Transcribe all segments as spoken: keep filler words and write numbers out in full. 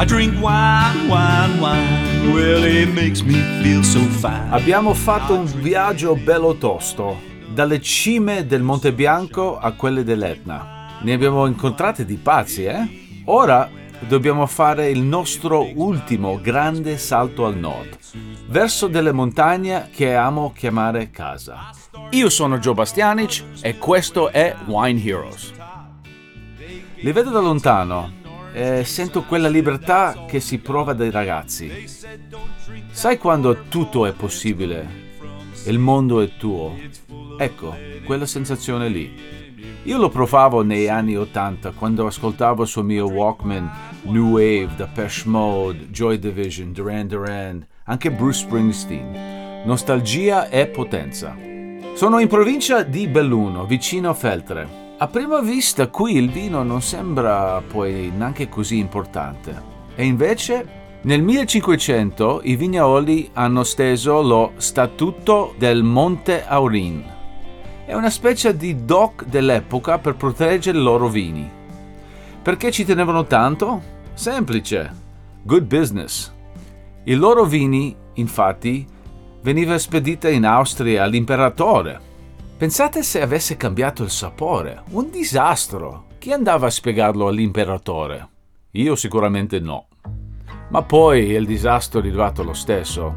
I drink wine, wine, wine, well it makes me feel so fine. Abbiamo fatto un viaggio bello tosto, dalle cime del Monte Bianco a quelle dell'Etna. Ne abbiamo incontrate di pazzi, eh? Ora dobbiamo fare il nostro ultimo grande salto al nord, verso delle montagne che amo chiamare casa. Io sono Joe Bastianic e questo è Wine Heroes. Li vedo da lontano e sento quella libertà che si prova dai ragazzi. Sai quando tutto è possibile? Il mondo è tuo. Ecco, quella sensazione lì. Io lo provavo negli anni ottanta quando ascoltavo sul mio Walkman New Wave, Depeche Mode, Joy Division, Duran Duran, anche Bruce Springsteen. Nostalgia e potenza. Sono in provincia di Belluno, vicino a Feltre. A prima vista qui il vino non sembra poi neanche così importante. E invece nel millecinquecento i vignaioli hanno steso lo Statuto del Monte Aurin. È una specie di D O C dell'epoca per proteggere i loro vini. Perché ci tenevano tanto? Semplice. Good business. I loro vini, infatti, veniva spedita in Austria all'imperatore. Pensate se avesse cambiato il sapore. Un disastro. Chi andava a spiegarlo all'imperatore? Io sicuramente no. Ma poi il disastro è arrivato lo stesso.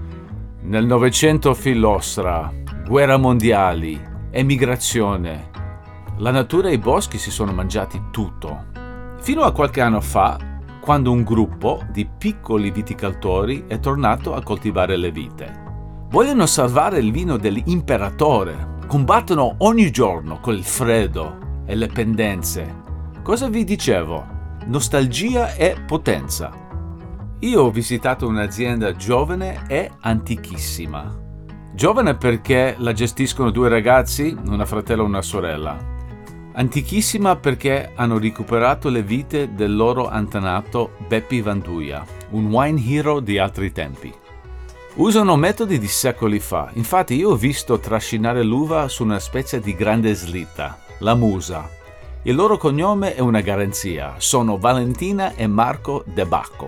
Nel Novecento filostra, guerra mondiali, emigrazione. La natura e i boschi si sono mangiati tutto. Fino a qualche anno fa, quando un gruppo di piccoli viticoltori è tornato a coltivare le vite. Vogliono salvare il vino dell'imperatore. Combattono ogni giorno con il freddo e le pendenze. Cosa vi dicevo? Nostalgia e potenza. Io ho visitato un'azienda giovane e antichissima. Giovane perché la gestiscono due ragazzi, una fratella e una sorella. Antichissima perché hanno recuperato le vite del loro antenato Beppi Vanduia, un wine hero di altri tempi. Usano metodi di secoli fa, infatti io ho visto trascinare l'uva su una specie di grande slitta, la Musa. Il loro cognome è una garanzia, sono Valentina e Marco De Bacco.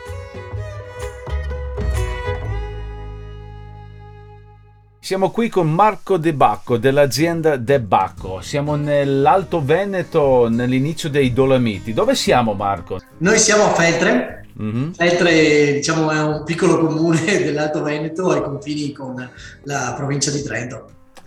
Siamo qui con Marco De Bacco dell'azienda De Bacco, siamo nell'Alto Veneto, nell'inizio dei Dolomiti. Dove siamo, Marco? Noi siamo a Feltre. Mm-hmm. Feltre, diciamo, è un piccolo comune dell'Alto Veneto ai confini con la provincia di Trento.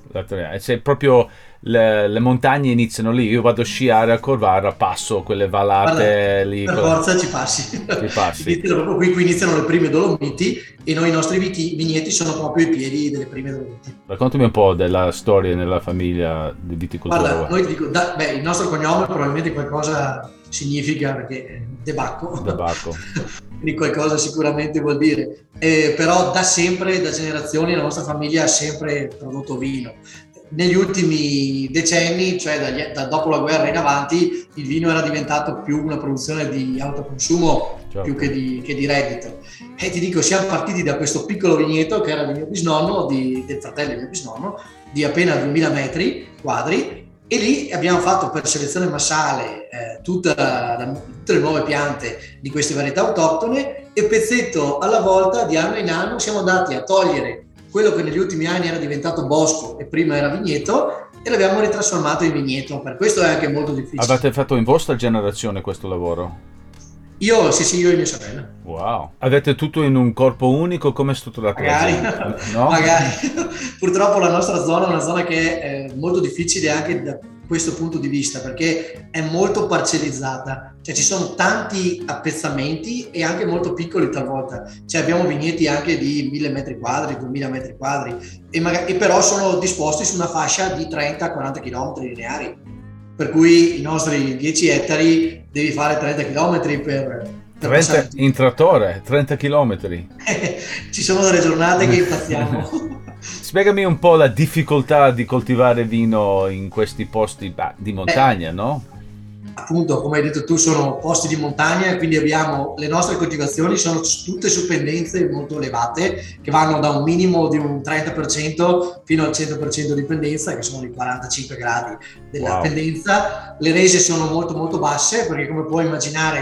C'è proprio le, le montagne iniziano lì. Io vado a sciare a Corvara, passo quelle vallate. Guarda, lì. Per forza ci passi. Ci passi. Iniziano proprio qui, qui iniziano le prime Dolomiti e noi i nostri viti, vigneti sono proprio i piedi delle prime Dolomiti. Raccontami un po' della storia nella famiglia di viticoltura. Guarda, noi ti dico, da, beh, il nostro cognome probabilmente qualcosa significa, perché De Bacco. De Bacco. Quindi qualcosa sicuramente vuol dire, eh, però da sempre, da generazioni, la nostra famiglia ha sempre prodotto vino. Negli ultimi decenni, cioè dagli, da dopo la guerra in avanti, il vino era diventato più una produzione di autoconsumo, certo, più che di, che di reddito. E ti dico, siamo partiti da questo piccolo vigneto che era di mio bisnonno, di, del fratello di mio bisnonno, di appena duemila metri quadri, e lì abbiamo fatto per selezione massale eh, tutta la, tutte le nuove piante di queste varietà autoctone, e pezzetto alla volta, di anno in anno, siamo andati a togliere quello che negli ultimi anni era diventato bosco e prima era vigneto, e l'abbiamo ritrasformato in vigneto. Per questo è anche molto difficile. Avete fatto in vostra generazione questo lavoro? Io, sì sì, io e mia sorella. Wow. Avete tutto in un corpo unico? Come è strutturato? Magari, no? Magari. Purtroppo la nostra zona è una zona che è molto difficile anche da questo punto di vista, perché è molto parcellizzata, cioè ci sono tanti appezzamenti e anche molto piccoli talvolta, cioè abbiamo vigneti anche di mille metri quadri, duemila metri quadri, e, magari, e però sono disposti su una fascia di trenta quaranta chilometri lineari, per cui i nostri dieci ettari devi fare trenta chilometri per, per trenta in trattore, trenta chilometri. Ci sono delle giornate che impazziamo. Spiegami un po' la difficoltà di coltivare vino in questi posti bah, di montagna, eh, no? Appunto, come hai detto tu, sono posti di montagna, quindi abbiamo le nostre coltivazioni sono tutte su pendenze molto elevate, che vanno da un minimo di un trenta per cento fino al cento per cento di pendenza, che sono i quarantacinque gradi della wow. pendenza. Le rese sono molto molto basse, perché come puoi immaginare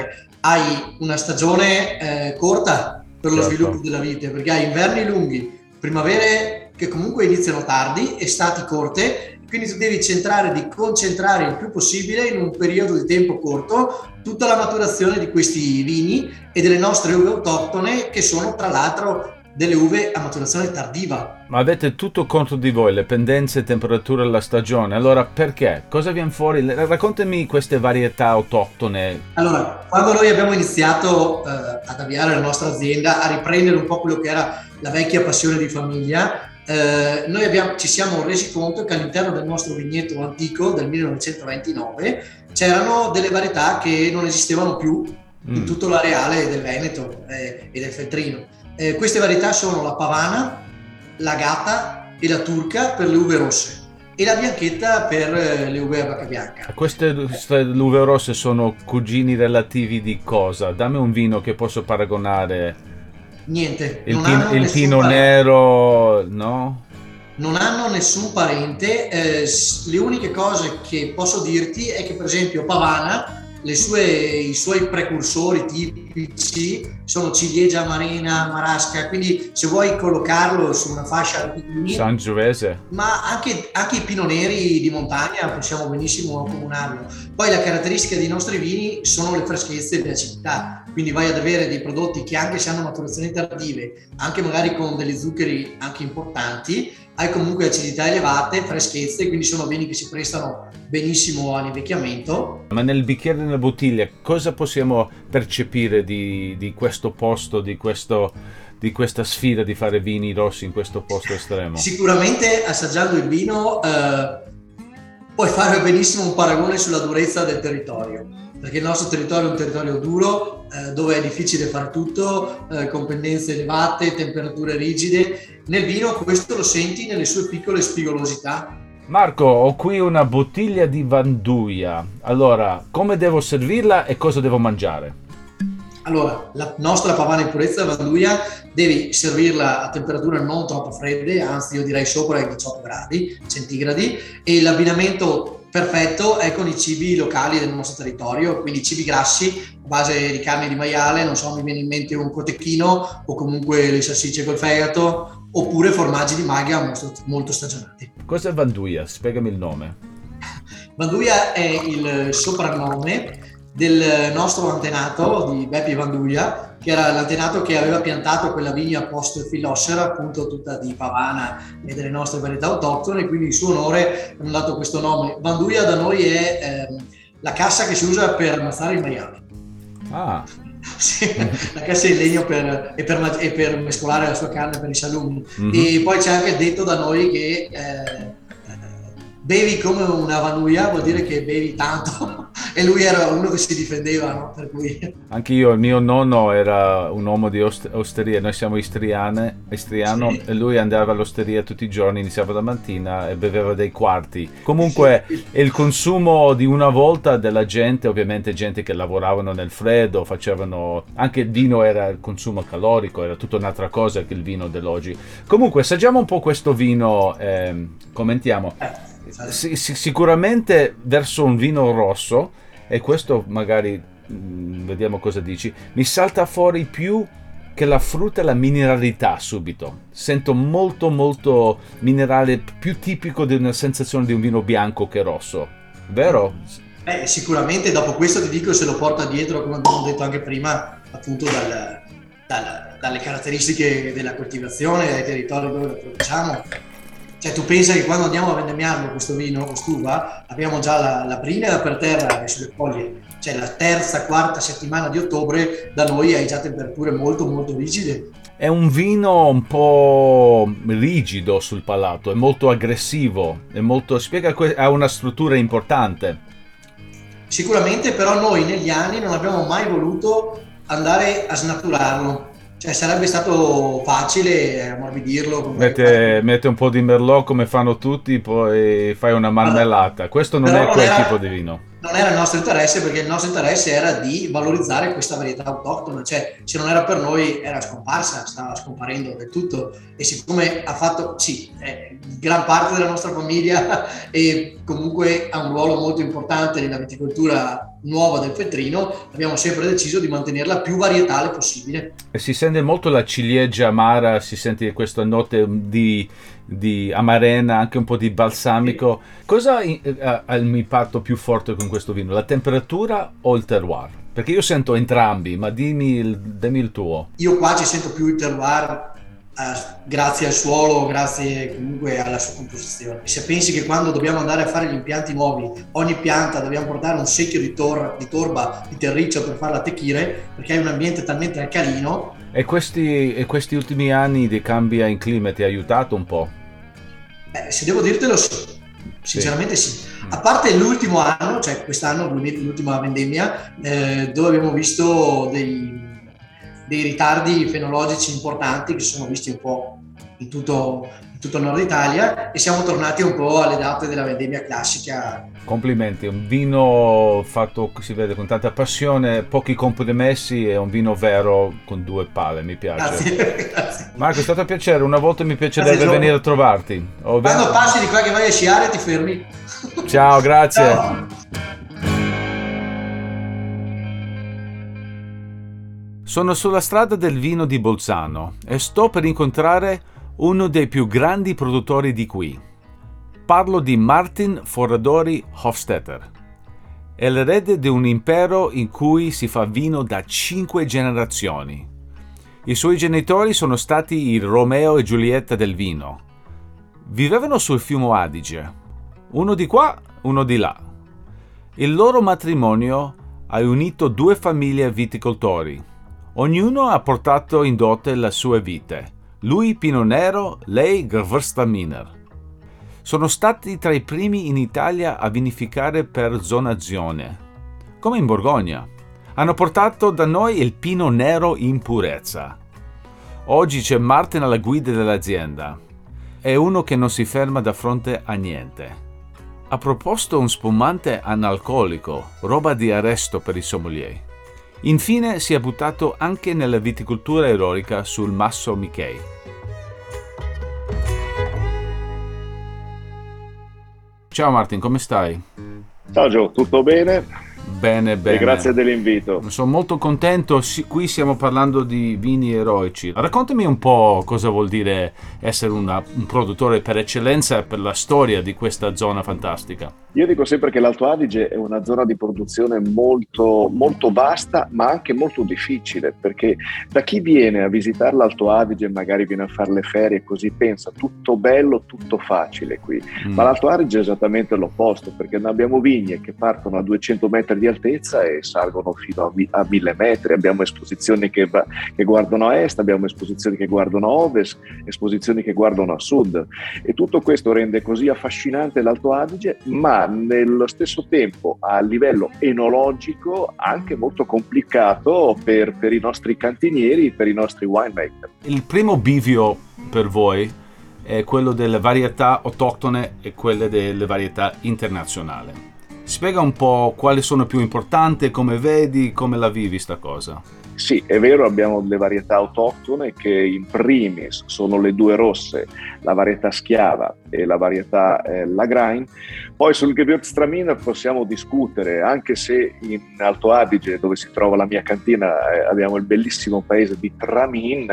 hai una stagione eh, corta per lo Certo. sviluppo della vite, perché hai inverni lunghi, primavere che comunque iniziano tardi, estati corte, quindi tu devi centrare di concentrare il più possibile in un periodo di tempo corto tutta la maturazione di questi vini e delle nostre uve autoctone, che sono tra l'altro delle uve a maturazione tardiva. Ma avete tutto contro di voi, le pendenze, temperature, la stagione. Allora perché? Cosa viene fuori? Raccontami queste varietà autoctone. Allora, quando noi abbiamo iniziato eh, ad avviare la nostra azienda, a riprendere un po' quello che era la vecchia passione di famiglia, eh, noi abbiamo, ci siamo resi conto che all'interno del nostro vigneto antico del millenovecentoventinove c'erano delle varietà che non esistevano più in Mm. tutto l'areale del Veneto eh, e del Feltrino. Eh, queste varietà sono la Pavana, la Gata e la Turca per le uve rosse e la Bianchetta per eh, le uve a bacca bianca. Queste, queste uve rosse sono cugini relativi di cosa? Dammi un vino che posso paragonare. Niente, Il, non pin- hanno il nessun Pino parente. Nero, no? Non hanno nessun parente. Eh, s- le uniche cose che posso dirti è che per esempio Pavana, le sue, i suoi precursori tipici sono ciliegia, marina, marasca, quindi se vuoi collocarlo su una fascia di vini, Sangiovese. ma anche, anche i pino neri di montagna possiamo benissimo accomunarlo. Poi la caratteristica dei nostri vini sono le freschezze e le acidità, quindi vai ad avere dei prodotti che anche se hanno maturazioni tardive, anche magari con degli zuccheri anche importanti, hai comunque acidità elevate, freschezze, quindi sono vini che si prestano benissimo all'invecchiamento. Ma nel bicchiere e nella bottiglia cosa possiamo percepire di, di questo posto, di, questo, di questa sfida di fare vini rossi in questo posto estremo? Sicuramente assaggiando il vino eh, puoi fare benissimo un paragone sulla durezza del territorio, perché il nostro territorio è un territorio duro, eh, dove è difficile fare tutto, eh, con pendenze elevate, temperature rigide. Nel vino questo lo senti nelle sue piccole spigolosità. Marco, ho qui una bottiglia di Vanduia. Allora, come devo servirla e cosa devo mangiare? Allora, la nostra Pavana in purezza Vanduia devi servirla a temperature non troppo fredde, anzi io direi sopra i diciotto gradi centigradi, e l'abbinamento perfetto è con i cibi locali del nostro territorio, quindi cibi grassi a base di carne di maiale, non so, mi viene in mente un cotechino o comunque le salsicce col fegato, oppure formaggi di maglia molto, molto stagionati. Cos'è Vanduia? Spiegami il nome. Vanduia è il soprannome del nostro antenato di Beppe Vanduia, che era l'antenato che aveva piantato quella vigna post Fillossera, appunto tutta di Pavana e delle nostre varietà autoctone, quindi in suo onore hanno dato questo nome. Vanduia da noi è ehm, la cassa che si usa per ammazzare il maiale. Ah, Sì, la cassa in legno per, e, per, e per mescolare la sua carne per i salumi. Mhm. E poi c'è anche detto da noi che eh, bevi come una Vanduia, vuol dire che bevi tanto. E lui era uno che si difendeva, no? Per cui anche io, il mio nonno era un uomo di ost- osteria, noi siamo istriane, istriano, Sì. e lui andava all'osteria tutti i giorni, iniziava la mattina e beveva dei quarti. Comunque Sì. il consumo di una volta della gente, ovviamente gente che lavoravano nel freddo, facevano, anche il vino era il consumo calorico, era tutta un'altra cosa che il vino dell'oggi. Comunque assaggiamo un po' questo vino, ehm, commentiamo. Eh, Si- si- sicuramente verso un vino rosso, e questo magari mh, vediamo cosa dici, mi salta fuori più che la frutta e la mineralità subito. Sento molto molto minerale, più tipico di una sensazione di un vino bianco che rosso, vero? Beh, sicuramente dopo questo ti dico se lo porta dietro, come abbiamo detto anche prima, appunto dal, dal, dalle caratteristiche della coltivazione, dai territori dove lo produciamo. Cioè tu pensa che quando andiamo a vendemmiarlo questo vino, quest'uva, abbiamo già la, la brina per terra e sulle foglie, cioè la terza, quarta settimana di ottobre da noi hai già temperature molto molto rigide. È un vino un po' rigido sul palato, è molto aggressivo, è molto, spiega, que- ha una struttura importante. Sicuramente, però noi negli anni non abbiamo mai voluto andare a snaturarlo, cioè sarebbe stato facile ammorbidirlo. come- Mette, mette un po' di merlot come fanno tutti, poi fai una marmellata. Questo non Però è non quel era- tipo di vino. Non era il nostro interesse, perché il nostro interesse era di valorizzare questa varietà autoctona, cioè se non era per noi era scomparsa, stava scomparendo del tutto, e siccome ha fatto, sì, è gran parte della nostra famiglia e comunque ha un ruolo molto importante nella viticoltura nuova del Feltrino, abbiamo sempre deciso di mantenerla più varietale possibile. E si sente molto la ciliegia amara, si sente questa note di, di amarena, anche un po' di balsamico. Cosa ha l'impatto più forte con questo vino? La temperatura o il terroir? Perché io sento entrambi, ma dimmi il, dimmi il tuo. Io qua ci sento più il terroir, eh, grazie al suolo, grazie comunque alla sua composizione. Se pensi che quando dobbiamo andare a fare gli impianti nuovi, ogni pianta dobbiamo portare un secchio di, tor- di torba, di terriccio per farla attecchire, perché è un ambiente talmente alcalino. E questi, e questi ultimi anni di cambio in clima ti ha aiutato un po'? Beh, se devo dirtelo, sì. Sinceramente sì. sì. A parte l'ultimo anno, cioè quest'anno, l'ultima vendemmia, eh, dove abbiamo visto dei, dei ritardi fenologici importanti che sono visti un po' in tutto, in tutto il nord Italia, e siamo tornati un po' alle date della vendemmia classica. Complimenti, un vino fatto, si vede, con tanta passione, pochi compromessi, e un vino vero con due palle, mi piace. Grazie, grazie. Marco, è stato un piacere, una volta mi piacerebbe Grazie, venire a trovarti. Quando ben... passi di qua che vai a sciare ti fermi. Ciao, grazie. Ciao. Sono sulla strada del vino di Bolzano e sto per incontrare uno dei più grandi produttori di qui. Parlo di Martin Foradori Hofstetter. È l'erede di un impero in cui si fa vino da cinque generazioni. I suoi genitori sono stati i Romeo e Giulietta del vino. Vivevano sul fiume Adige, uno di qua, uno di là. Il loro matrimonio ha unito due famiglie viticoltori. Ognuno ha portato in dote la sua vite. Lui Pinot Nero, lei Gewürztraminer. Sono stati tra i primi in Italia a vinificare per zonazione, come in Borgogna. Hanno portato da noi il Pinot Nero in purezza. Oggi c'è Martin alla guida dell'azienda. È uno che non si ferma da fronte a niente. Ha proposto un spumante analcolico, roba di arresto per i sommelier. Infine si è buttato anche nella viticoltura eroica sul Masso Michei. Ciao Martin, come stai? Ciao Gio, tutto bene? Bene, bene. E grazie dell'invito. Sono molto contento. Qui stiamo parlando di vini eroici. Raccontami un po' cosa vuol dire essere una, un produttore per eccellenza e per la storia di questa zona fantastica. Io dico sempre che l'Alto Adige è una zona di produzione molto, molto vasta, ma anche molto difficile, perché da chi viene a visitare l'Alto Adige, magari viene a fare le ferie, così pensa tutto bello, tutto facile qui. Mm. Ma l'Alto Adige è esattamente l'opposto, perché noi abbiamo vigne che partono a duecento metri di altezza e salgono fino a, mi, a mille metri. Abbiamo esposizioni che, che guardano a est, abbiamo esposizioni che guardano a ovest, esposizioni che guardano a sud, e tutto questo rende così affascinante l'Alto Adige, ma nello stesso tempo a livello enologico anche molto complicato per, per i nostri cantinieri, per i nostri winemaker. Il primo bivio per voi è quello delle varietà autoctone e quelle delle varietà internazionali. Spiega un po' quali sono più importanti, come vedi, come la vivi sta cosa. Sì, è vero, abbiamo le varietà autoctone che in primis sono le due rosse, la varietà Schiava e la varietà eh, Lagrein. Poi sul Gewürztraminer possiamo discutere, anche se in Alto Adige, dove si trova la mia cantina, eh, abbiamo il bellissimo paese di Tramin.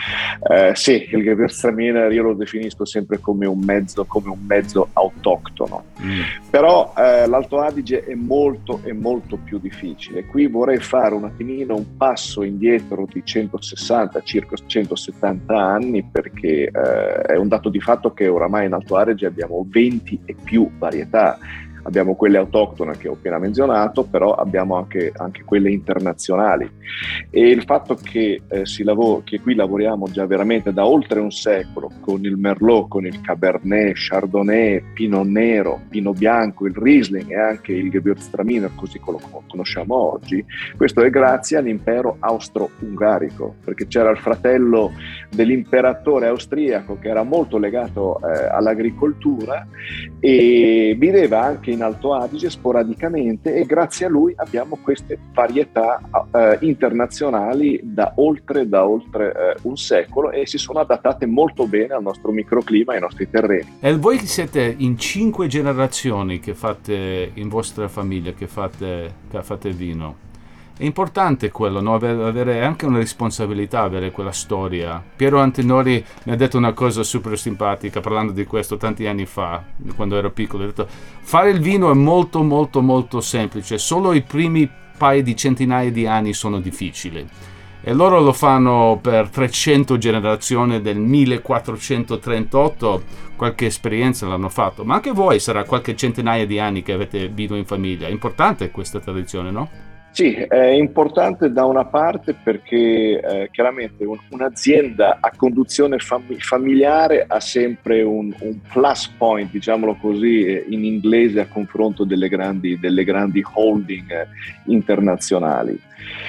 Eh, sì, il Gewürztraminer io lo definisco sempre come un mezzo, come un mezzo autoctono. Mm. Però eh, l'Alto Adige è molto e molto più difficile. Qui vorrei fare un attimino un passo indietro di centosessanta, circa centosettanta anni, perché eh, è un dato di fatto che oramai in Alto Adige abbiamo venti e più varietà. Abbiamo quelle autoctone che ho appena menzionato, però abbiamo anche, anche quelle internazionali. E il fatto che, eh, si lavora, che qui lavoriamo già veramente da oltre un secolo con il Merlot, con il Cabernet, Chardonnay, Pinot Nero, Pinot Bianco, il Riesling e anche il Gewürztraminer, così come lo conosciamo oggi, questo è grazie all'impero austro-ungarico, perché c'era il fratello dell'imperatore austriaco che era molto legato eh, all'agricoltura e viveva anche in in Alto Adige sporadicamente e grazie a lui abbiamo queste varietà eh, internazionali da oltre, da oltre eh, un secolo e si sono adattate molto bene al nostro microclima e ai nostri terreni. E voi siete in cinque generazioni che fate in vostra famiglia, che fate, che fate vino. È importante quello, no? Avere anche una responsabilità, avere quella storia. Piero Antinori mi ha detto una cosa super simpatica parlando di questo tanti anni fa, quando ero piccolo. Ha detto: fare il vino è molto molto molto semplice, solo i primi paio di centinaia di anni sono difficili. E loro lo fanno per trecento generazioni del millequattrocentotrentotto, qualche esperienza l'hanno fatto, ma anche voi sarà qualche centinaia di anni che avete vino in famiglia. È importante questa tradizione, no? Sì, è importante da una parte perché eh, chiaramente un, un'azienda a conduzione fam- familiare ha sempre un, un plus point, diciamolo così, eh, in inglese a confronto delle grandi, delle grandi holding eh, internazionali.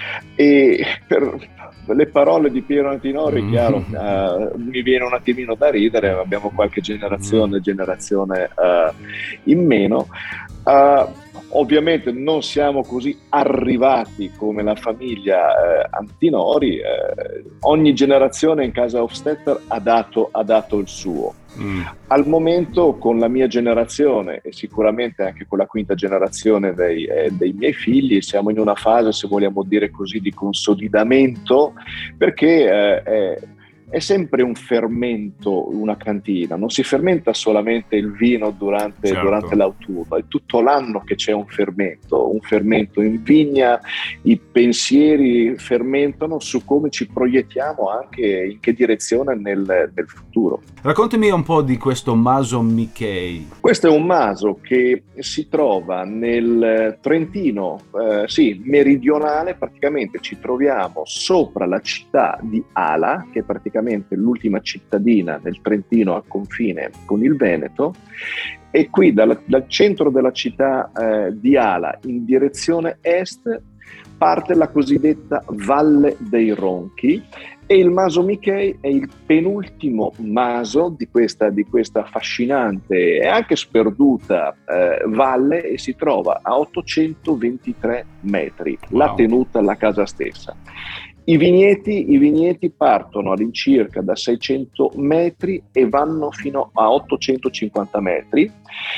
E per le parole di Piero Antinori, chiaro, eh, mi viene un attimino da ridere, abbiamo qualche generazione, generazione eh, in meno. Uh, Ovviamente non siamo così arrivati come la famiglia eh, Antinori, eh, ogni generazione in casa Hofstetter ha dato, ha dato il suo. Mm. Al momento con la mia generazione e sicuramente anche con la quinta generazione dei, eh, dei miei figli siamo in una fase, se vogliamo dire così, di consolidamento, perché eh, è, è sempre un fermento una cantina, non si fermenta solamente il vino durante, certo. durante l'autunno, è tutto l'anno che c'è un fermento, un fermento in vigna, i pensieri fermentano su come ci proiettiamo anche in che direzione nel, nel futuro. Raccontami un po' di questo Maso Michei. Questo è un maso che si trova nel Trentino, eh, sì, meridionale, praticamente ci troviamo sopra la città di Ala, che è praticamente l'ultima cittadina nel Trentino a confine con il Veneto, e qui dal, dal centro della città eh, di Ala in direzione est parte la cosiddetta Valle dei Ronchi e il Maso Michei è il penultimo maso di questa, di questa affascinante e anche sperduta eh, valle e si trova a ottocentoventitré metri, wow. La tenuta, la casa stessa. I vigneti, I vigneti partono all'incirca da seicento metri e vanno fino a ottocentocinquanta metri.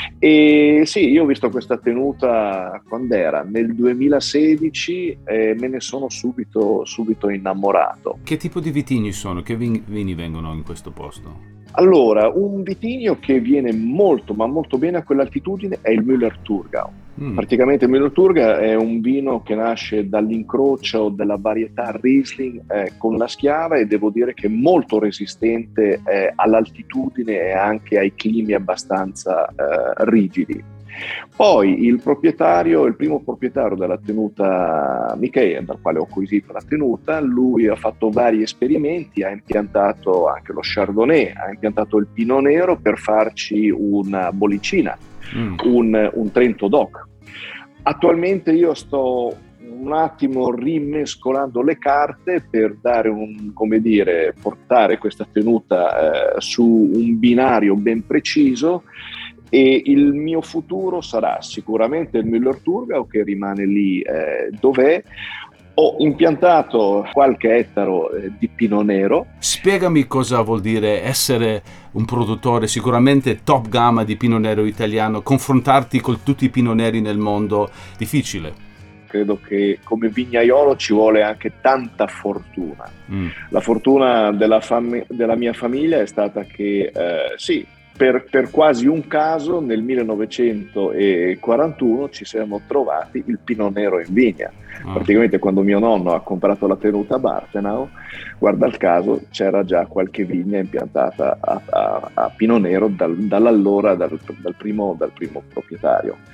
E sì, io ho visto questa tenuta quando era nel duemilasedici e me ne sono subito, subito innamorato. Che tipo di vitigni sono? Che vini, vini vengono in questo posto? Allora, un vitigno che viene molto ma molto bene a quell'altitudine è il Müller-Thurgau. Mm. Praticamente il Müller-Thurgau è un vino che nasce dall'incrocio della varietà Riesling eh, con la Schiava e devo dire che è molto resistente eh, all'altitudine e anche ai climi abbastanza eh, rigidi. Poi il proprietario, il primo proprietario della tenuta Michei, dal quale ho acquisito la tenuta, lui ha fatto vari esperimenti, ha impiantato anche lo Chardonnay, ha impiantato il Pinot Nero per farci una bollicina, mm. un, un Trento DOC. Attualmente io sto un attimo rimescolando le carte per dare un, come dire, portare questa tenuta eh, su un binario ben preciso. E il mio futuro sarà sicuramente il Müller-Thurgau che rimane lì eh, dov'è. Ho impiantato qualche ettaro eh, di Pinot Nero. Spiegami cosa vuol dire essere un produttore sicuramente top gamma di Pinot Nero italiano, confrontarti con tutti i Pinot Neri nel mondo, difficile. Credo che come vignaiolo ci vuole anche tanta fortuna. Mm. La fortuna della, fam- della mia famiglia è stata che eh, sì, Per, per quasi un caso nel millenovecentoquarantuno ci siamo trovati il Pinot Nero in vigna. Oh. Praticamente quando mio nonno ha comprato la tenuta Bartenau, guarda il caso, c'era già qualche vigna impiantata a, a, a Pinot Nero dal, dall'allora, dal, dal, primo, dal primo proprietario.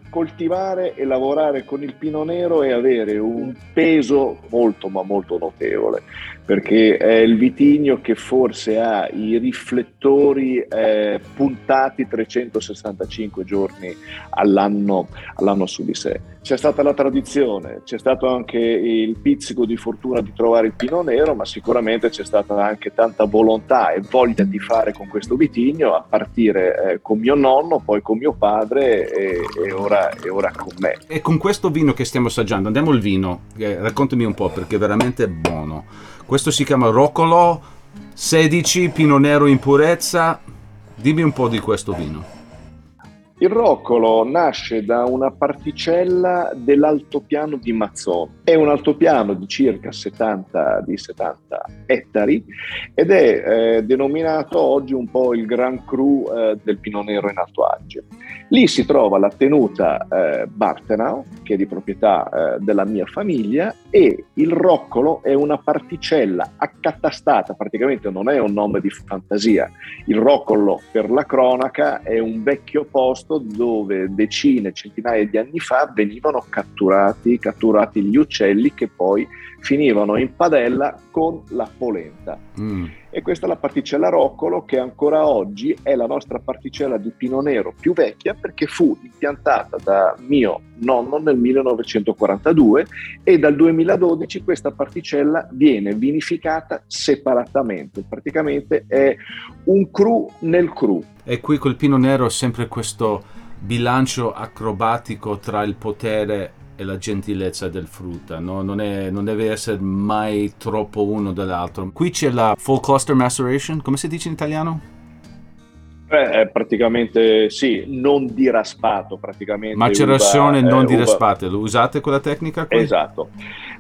coltivare e lavorare con il Pinot Nero e avere un peso molto ma molto notevole, perché è il vitigno che forse ha i riflettori eh, puntati trecentosessantacinque giorni all'anno, all'anno su di sé. C'è stata la tradizione, c'è stato anche il pizzico di fortuna di trovare il Pinot Nero, ma sicuramente c'è stata anche tanta volontà e voglia di fare con questo vitigno, a partire eh, con mio nonno, poi con mio padre e, e, ora, e ora con me. E con questo vino che stiamo assaggiando, andiamo al vino, eh, raccontami un po' perché è veramente buono. Questo si chiama Roccolo sedici, Pinot Nero in purezza. Dimmi un po' di questo vino. Il Roccolo nasce da una particella dell'altopiano di Mazzone. È un altopiano di circa settanta, di settanta ettari ed è eh, denominato oggi un po' il Grand Cru eh, del Pinot Nero in Alto Adige. Lì si trova la tenuta eh, Bartenau, che è di proprietà eh, della mia famiglia, e il Roccolo è una particella accatastata, praticamente non è un nome di fantasia. Il Roccolo, per la cronaca, è un vecchio posto dove decine, centinaia di anni fa venivano catturati, catturati gli uccelli che poi finivano in padella con la polenta. Mm. E questa è la particella Roccolo, che ancora oggi è la nostra particella di Pinot Nero più vecchia, perché fu impiantata da mio nonno nel millenovecentoquarantadue e dal duemiladodici questa particella viene vinificata separatamente. Praticamente è un cru nel cru. E qui col Pinot Nero è sempre questo bilancio acrobatico tra il potere e la gentilezza del frutta, no? Non, è, non deve essere mai troppo uno dell'altro. Qui c'è la full cluster maceration, come si dice in italiano? Eh, praticamente sì, non diraspato, praticamente. Macerazione uva, non eh, diraspate, lo usate quella tecnica qui? Esatto.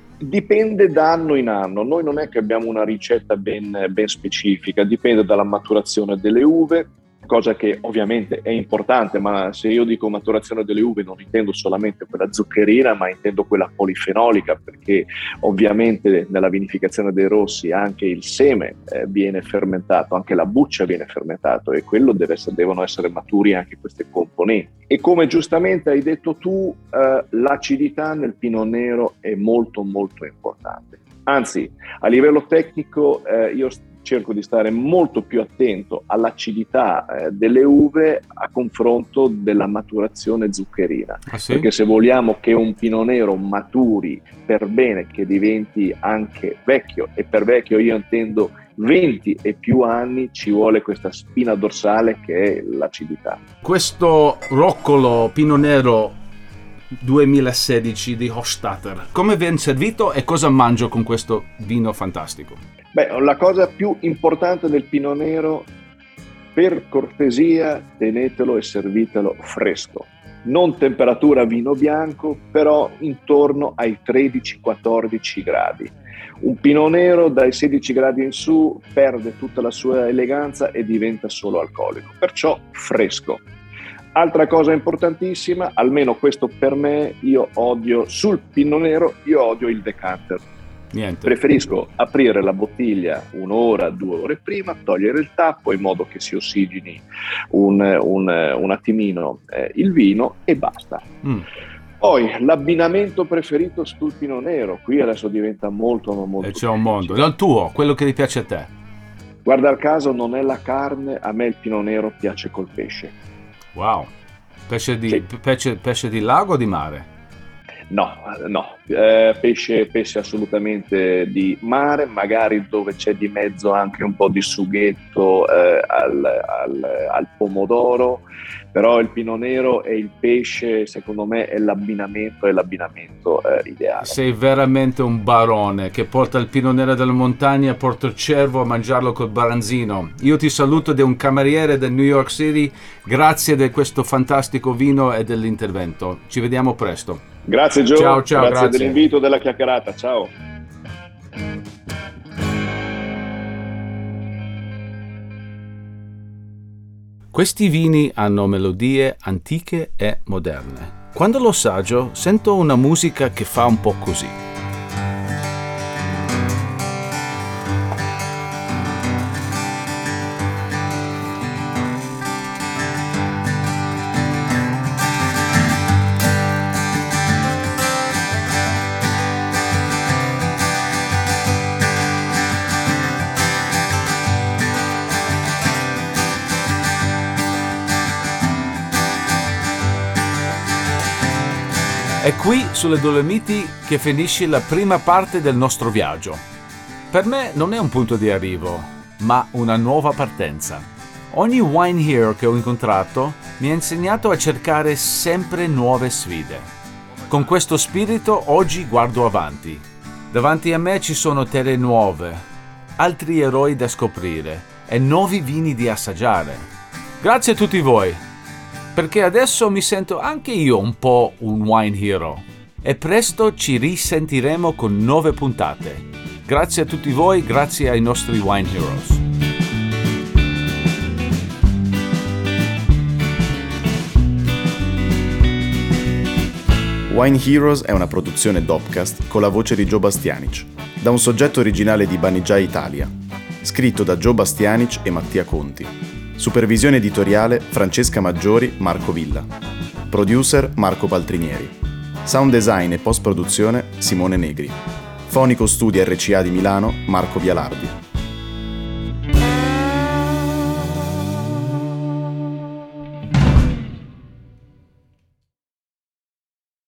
Dipende da anno in anno, noi non è che abbiamo una ricetta ben, ben specifica, dipende dalla maturazione delle uve, cosa che ovviamente è importante, ma se io dico maturazione delle uve non intendo solamente quella zuccherina, ma intendo quella polifenolica, perché ovviamente nella vinificazione dei rossi anche il seme eh, viene fermentato, anche la buccia viene fermentato, e quello deve essere, devono essere maturi anche queste componenti. E come giustamente hai detto tu, eh, l'acidità nel Pinot Nero è molto molto importante. Anzi, a livello tecnico eh, io cerco di stare molto più attento all'acidità eh, delle uve a confronto della maturazione zuccherina. Ah, sì? Perché se vogliamo che un Pinot Nero maturi per bene, che diventi anche vecchio, e per vecchio io intendo venti e più anni, ci vuole questa spina dorsale che è l'acidità. Questo Roccolo Pinot Nero duemilasedici di Hofstadter, come viene servito e cosa mangio con questo vino fantastico? Beh, la cosa più importante del Pinot Nero, per cortesia tenetelo e servitelo fresco, non temperatura vino bianco, però intorno ai tredici quattordici gradi. Un Pinot Nero dai sedici gradi in su perde tutta la sua eleganza e diventa solo alcolico, perciò fresco. Altra cosa importantissima, almeno questo per me, io odio sul Pinot Nero, io odio il decanter. Niente. Preferisco aprire la bottiglia un'ora, due ore prima, togliere il tappo in modo che si ossigeni un, un, un attimino eh, il vino e basta. Mm. Poi l'abbinamento preferito sul Pinot Nero, qui adesso diventa molto molto. E c'è un mondo. Il tuo, quello che ti piace a te. Guarda caso non è la carne, a me il Pinot Nero piace col pesce. Wow, pesce di, sì. pesce, pesce di lago o di mare? No, no, eh, pesce, pesce assolutamente di mare, magari dove c'è di mezzo anche un po' di sughetto eh, al, al, al pomodoro, però il Pinot Nero e il pesce secondo me è l'abbinamento, è l'abbinamento eh, ideale. Sei veramente un barone che porta il Pinot Nero delle montagne a Portocervo a mangiarlo col baranzino. Io ti saluto da un cameriere del New York City, grazie di questo fantastico vino e dell'intervento. Ci vediamo presto. Grazie Gio, ciao, ciao, grazie, grazie dell'invito, della chiacchierata, ciao. Questi vini hanno melodie antiche e moderne. Quando lo assaggio sento una musica che fa un po' così. È qui sulle Dolomiti che finisce la prima parte del nostro viaggio. Per me non è un punto di arrivo, ma una nuova partenza. Ogni wine hero che ho incontrato mi ha insegnato a cercare sempre nuove sfide. Con questo spirito oggi guardo avanti. Davanti a me ci sono terre nuove, altri eroi da scoprire e nuovi vini da assaggiare. Grazie a tutti voi, perché adesso mi sento anche io un po' un wine hero e presto ci risentiremo con nuove puntate. Grazie a tutti voi, grazie ai nostri wine heroes. Wine Heroes è una produzione Dopcast con la voce di Joe Bastianic, da un soggetto originale di Banijay Italia, scritto da Joe Bastianic e Mattia Conti. Supervisione editoriale Francesca Maggiori, Marco Villa. Producer Marco Paltrinieri. Sound design e post-produzione Simone Negri. Fonico Studio R C A di Milano, Marco Vialardi.